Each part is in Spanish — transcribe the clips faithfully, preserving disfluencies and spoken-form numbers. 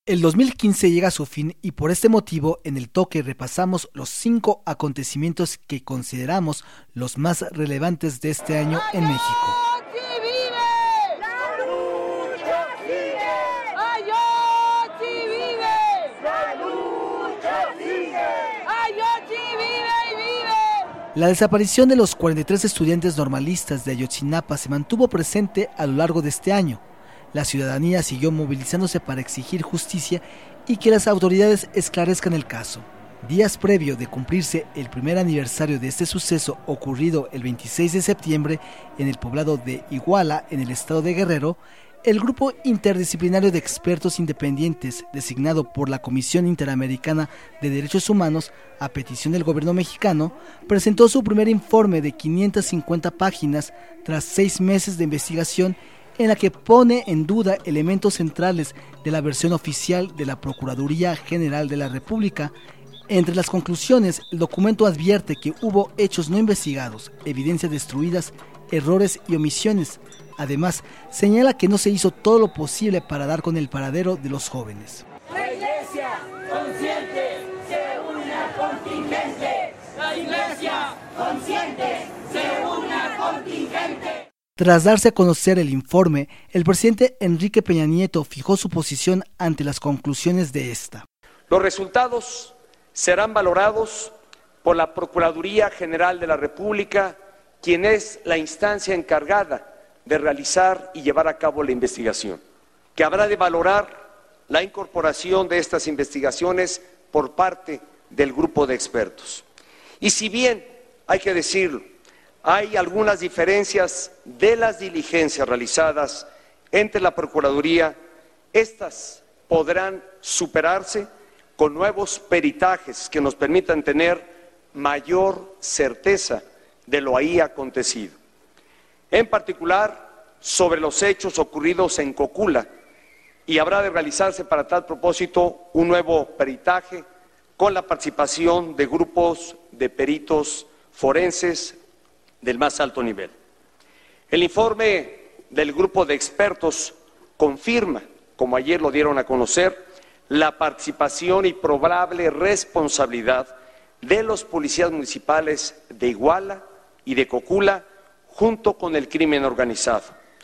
El dos mil quince llega a su fin y por este motivo en el toque repasamos los cinco acontecimientos que consideramos los más relevantes de este año en México. La desaparición de los cuarenta y tres estudiantes normalistas de Ayotzinapa se mantuvo presente a lo largo de este año. La ciudadanía siguió movilizándose para exigir justicia y que las autoridades esclarezcan el caso. Días previo de cumplirse el primer aniversario de este suceso ocurrido el veintiséis de septiembre en el poblado de Iguala, en el estado de Guerrero, el grupo interdisciplinario de expertos independientes, designado por la Comisión Interamericana de Derechos Humanos a petición del gobierno mexicano, presentó su primer informe de quinientas cincuenta páginas tras seis meses de investigación, en la que pone en duda elementos centrales de la versión oficial de la Procuraduría General de la República. Entre las conclusiones, el documento advierte que hubo hechos no investigados, evidencias destruidas, errores y omisiones. Además, señala que no se hizo todo lo posible para dar con el paradero de los jóvenes. La iglesia consciente se une a contingente. La iglesia consciente se une a contingente. Tras darse a conocer el informe, el presidente Enrique Peña Nieto fijó su posición ante las conclusiones de esta. Los resultados serán valorados por la Procuraduría General de la República, quien es la instancia encargada de realizar y llevar a cabo la investigación, que habrá de valorar la incorporación de estas investigaciones por parte del grupo de expertos. Y si bien, hay que decirlo, hay algunas diferencias de las diligencias realizadas entre la Procuraduría, estas podrán superarse con nuevos peritajes que nos permitan tener mayor certeza de lo ahí acontecido. En particular, sobre los hechos ocurridos en Cocula, y habrá de realizarse para tal propósito un nuevo peritaje con la participación de grupos de peritos forenses del más alto nivel. El informe del grupo de expertos confirma, como ayer lo dieron a conocer, la participación y probable responsabilidad de los policías municipales de Iguala y de Cocula junto con el crimen organizado.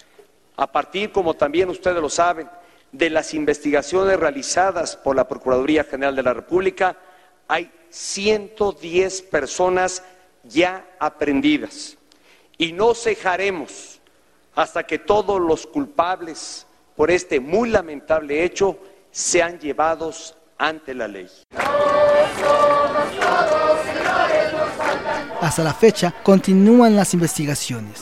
A partir, como también ustedes lo saben, de las investigaciones realizadas por la Procuraduría General de la República, hay ciento diez personas ya aprehendidas y no cejaremos hasta que todos los culpables por este muy lamentable hecho sean llevados ante la ley. Hasta la fecha continúan las investigaciones.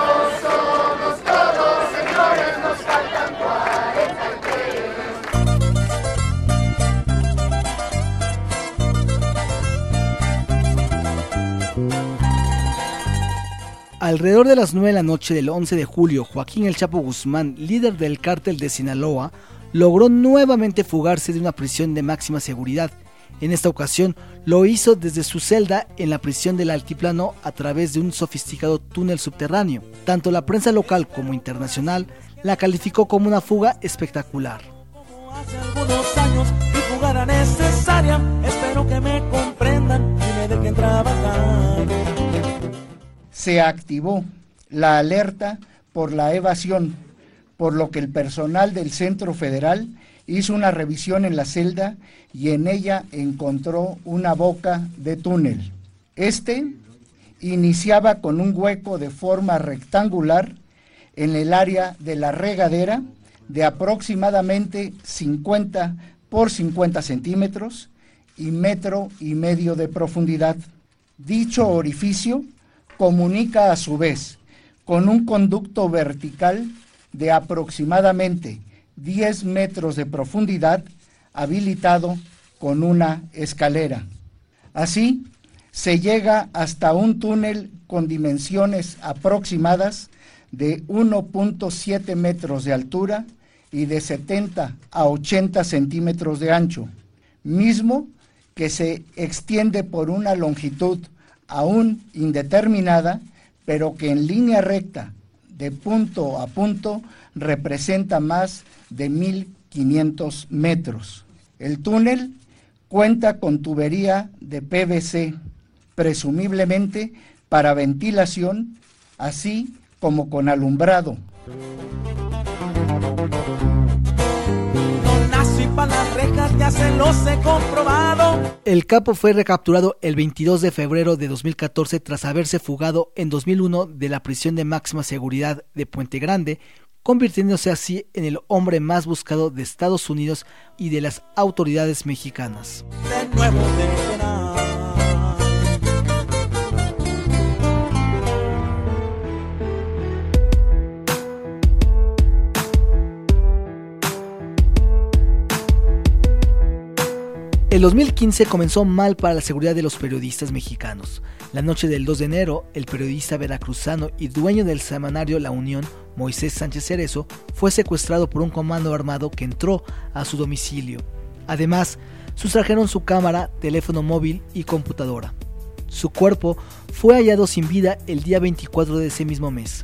Alrededor de las nueve de la noche del once de julio, Joaquín El Chapo Guzmán, líder del cártel de Sinaloa, logró nuevamente fugarse de una prisión de máxima seguridad. En esta ocasión lo hizo desde su celda en la prisión del Altiplano a través de un sofisticado túnel subterráneo. Tanto la prensa local como internacional la calificó como una fuga espectacular. Como hace algunos años mi fuga era necesaria, espero que me comprendan y me dejen trabajar. Se activó la alerta por la evasión, por lo que el personal del Centro Federal hizo una revisión en la celda y en ella encontró una boca de túnel. Este iniciaba con un hueco de forma rectangular en el área de la regadera de aproximadamente cincuenta por cincuenta centímetros y metro y medio de profundidad. Dicho orificio comunica a su vez con un conducto vertical de aproximadamente diez metros de profundidad habilitado con una escalera. Así, se llega hasta un túnel con dimensiones aproximadas de uno punto siete metros de altura y de setenta a ochenta centímetros de ancho, mismo que se extiende por una longitud aún indeterminada, pero que en línea recta, de punto a punto, representa más de mil quinientos metros. El túnel cuenta con tubería de P V C, presumiblemente para ventilación, así como con alumbrado. Las rejas ya se los he comprobado. El capo fue recapturado el veintidós de febrero de dos mil catorce tras haberse fugado en dos mil uno de la prisión de máxima seguridad de Puente Grande, convirtiéndose así en el hombre más buscado de Estados Unidos y de las autoridades mexicanas. De nuevo de cenar. El dos mil quince comenzó mal para la seguridad de los periodistas mexicanos. La noche del dos de enero, el periodista veracruzano y dueño del semanario La Unión, Moisés Sánchez Cerezo, fue secuestrado por un comando armado que entró a su domicilio. Además, sustrajeron su cámara, teléfono móvil y computadora. Su cuerpo fue hallado sin vida el día veinticuatro de ese mismo mes.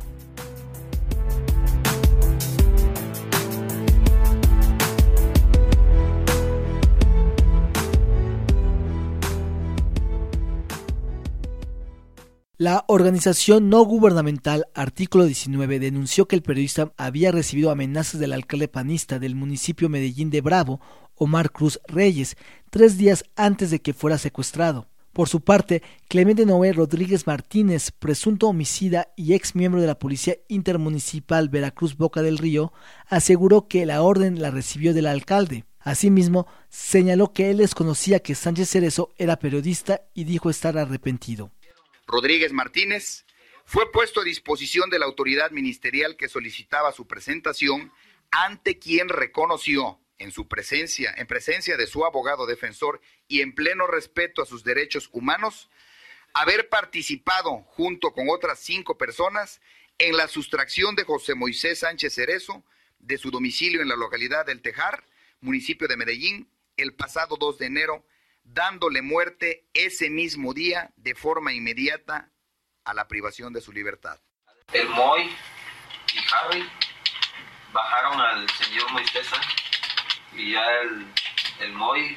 La organización no gubernamental Artículo diecinueve denunció que el periodista había recibido amenazas del alcalde panista del municipio Medellín de Bravo, Omar Cruz Reyes, tres días antes de que fuera secuestrado. Por su parte, Clemente Noé Rodríguez Martínez, presunto homicida y ex miembro de la Policía Intermunicipal Veracruz Boca del Río, aseguró que la orden la recibió del alcalde. Asimismo, señaló que él desconocía que Sánchez Cerezo era periodista y dijo estar arrepentido. Rodríguez Martínez fue puesto a disposición de la autoridad ministerial que solicitaba su presentación, ante quien reconoció en su presencia, en presencia de su abogado defensor y en pleno respeto a sus derechos humanos, haber participado junto con otras cinco personas en la sustracción de José Moisés Sánchez Cerezo de su domicilio en la localidad del Tejar, municipio de Medellín, el pasado dos de enero, dándole muerte ese mismo día de forma inmediata a la privación de su libertad. El Moy y Harry bajaron al señor Moisés y ya el, el Moy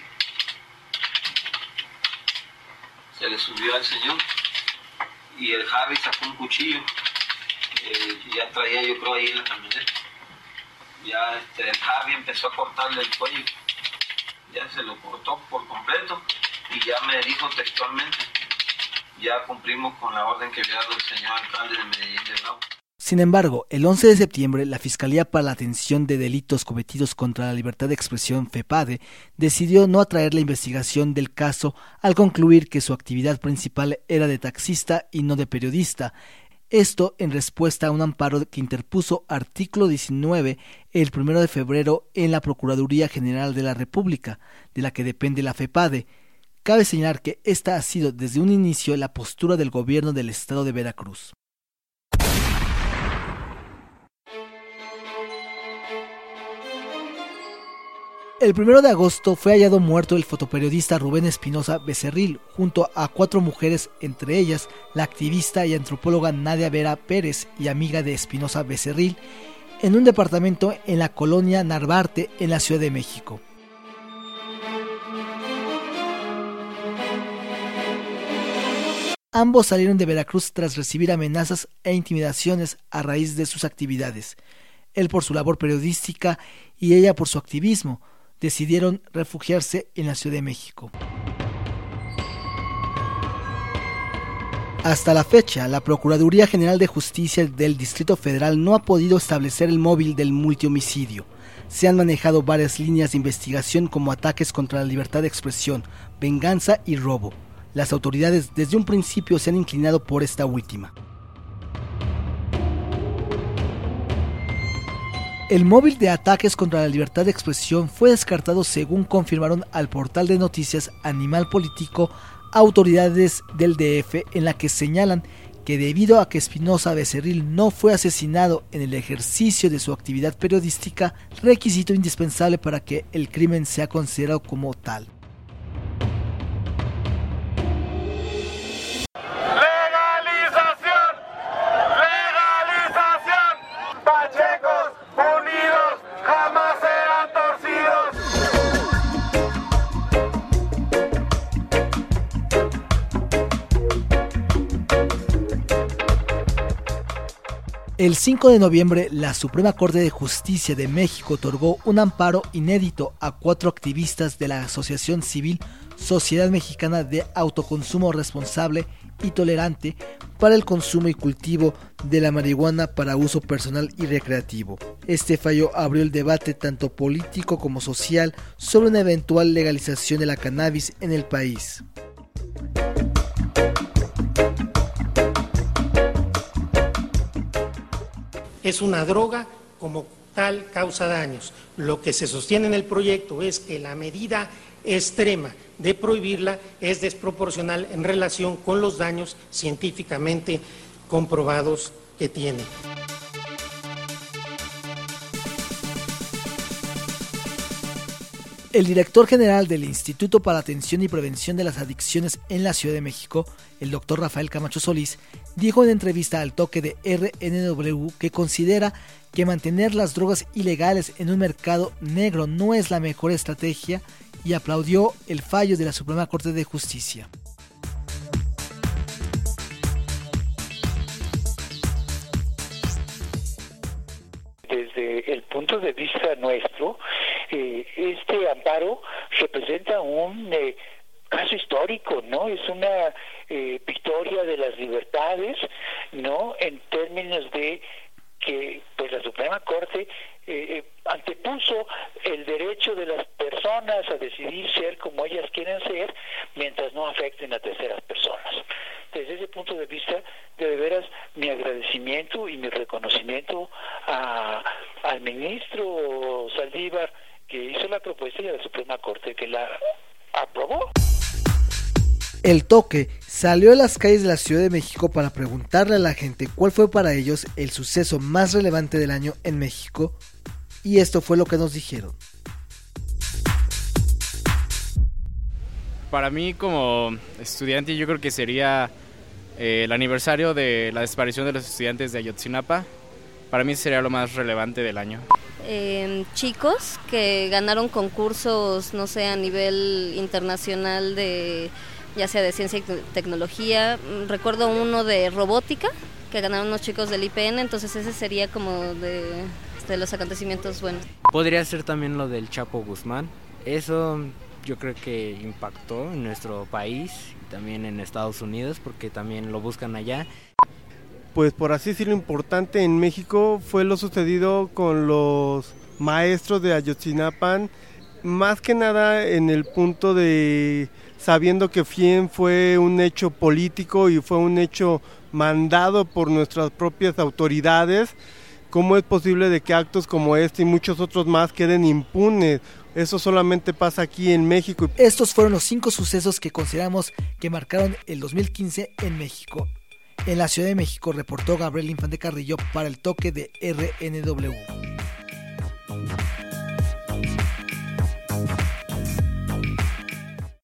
se le subió al señor y el Harry sacó un cuchillo, eh, ya traía yo creo ahí en la camioneta. Ya este, el Harry empezó a cortarle el cuello. Ya se lo cortó por completo y ya me dijo textualmente, ya cumplimos con la orden que había dado el señor alcalde de Medellín de Bravo. Sin embargo, el once de septiembre, la Fiscalía para la Atención de Delitos Cometidos contra la Libertad de Expresión, FEPADE, decidió no atraer la investigación del caso al concluir que su actividad principal era de taxista y no de periodista. Esto en respuesta a un amparo que interpuso Artículo diecinueve el primero de febrero en la Procuraduría General de la República, de la que depende la FEPADE. Cabe señalar que esta ha sido desde un inicio la postura del gobierno del estado de Veracruz. El primero de agosto fue hallado muerto el fotoperiodista Rubén Espinosa Becerril, junto a cuatro mujeres, entre ellas la activista y antropóloga Nadia Vera Pérez y amiga de Espinosa Becerril, en un departamento en la colonia Narvarte, en la Ciudad de México. Ambos salieron de Veracruz tras recibir amenazas e intimidaciones a raíz de sus actividades. Él por su labor periodística y ella por su activismo. Decidieron refugiarse en la Ciudad de México. Hasta la fecha, la Procuraduría General de Justicia del Distrito Federal no ha podido establecer el móvil del multihomicidio. Se han manejado varias líneas de investigación como ataques contra la libertad de expresión, venganza y robo. Las autoridades desde un principio se han inclinado por esta última. El móvil de ataques contra la libertad de expresión fue descartado según confirmaron al portal de noticias Animal Político autoridades del D F, en la que señalan que debido a que Espinosa Becerril no fue asesinado en el ejercicio de su actividad periodística, requisito indispensable para que el crimen sea considerado como tal. Pachecos unidos jamás serán El cinco de noviembre, la Suprema Corte de Justicia de México otorgó un amparo inédito a cuatro activistas de la Asociación Civil Sociedad Mexicana de Autoconsumo Responsable y Tolerante para el consumo y cultivo de la marihuana para uso personal y recreativo. Este fallo abrió el debate tanto político como social sobre una eventual legalización de la cannabis en el país. Es una droga, como tal causa daños. Lo que se sostiene en el proyecto es que la medida extrema de prohibirla es desproporcional en relación con los daños científicamente comprobados que tiene. El director general del Instituto para Atención y Prevención de las Adicciones en la Ciudad de México, el doctor Rafael Camacho Solís, dijo en entrevista al Toque de R N W que considera que mantener las drogas ilegales en un mercado negro no es la mejor estrategia y aplaudió el fallo de la Suprema Corte de Justicia. Desde el punto de vista nuestro, eh, este amparo representa un eh, caso histórico, ¿no? Es una eh, victoria de las libertades, ¿no? En términos de que pues la Suprema Corte eh, antepuso el derecho de las personas a decidir ser como ellas quieren ser, mientras no afecten a terceras personas. Desde ese punto de vista, de veras, mi agradecimiento y mi reconocimiento a, al ministro Saldívar, que hizo la propuesta, y a la Suprema Corte, que la aprobó. El Toque salió a las calles de la Ciudad de México para preguntarle a la gente cuál fue para ellos el suceso más relevante del año en México, y esto fue lo que nos dijeron. Para mí, como estudiante, yo creo que sería eh, el aniversario de la desaparición de los estudiantes de Ayotzinapa. Para mí sería lo más relevante del año. Eh, chicos que ganaron concursos, no sé, a nivel internacional de, ya sea de ciencia y tecnología. Recuerdo uno de robótica que ganaron unos chicos del I P N, entonces ese sería como de, de los acontecimientos buenos. Podría ser también lo del Chapo Guzmán. Eso yo creo que impactó en nuestro país y también en Estados Unidos, porque también lo buscan allá. Pues por así decirlo, importante en México fue lo sucedido con los maestros de Ayotzinapa, más que nada en el punto de sabiendo que bien fue un hecho político y fue un hecho mandado por nuestras propias autoridades. ¿Cómo es posible de que actos como este y muchos otros más queden impunes? Eso solamente pasa aquí en México. Estos fueron los cinco sucesos que consideramos que marcaron el dos mil quince en México. En la Ciudad de México reportó Gabriel Infante Carrillo para el Toque de R N W.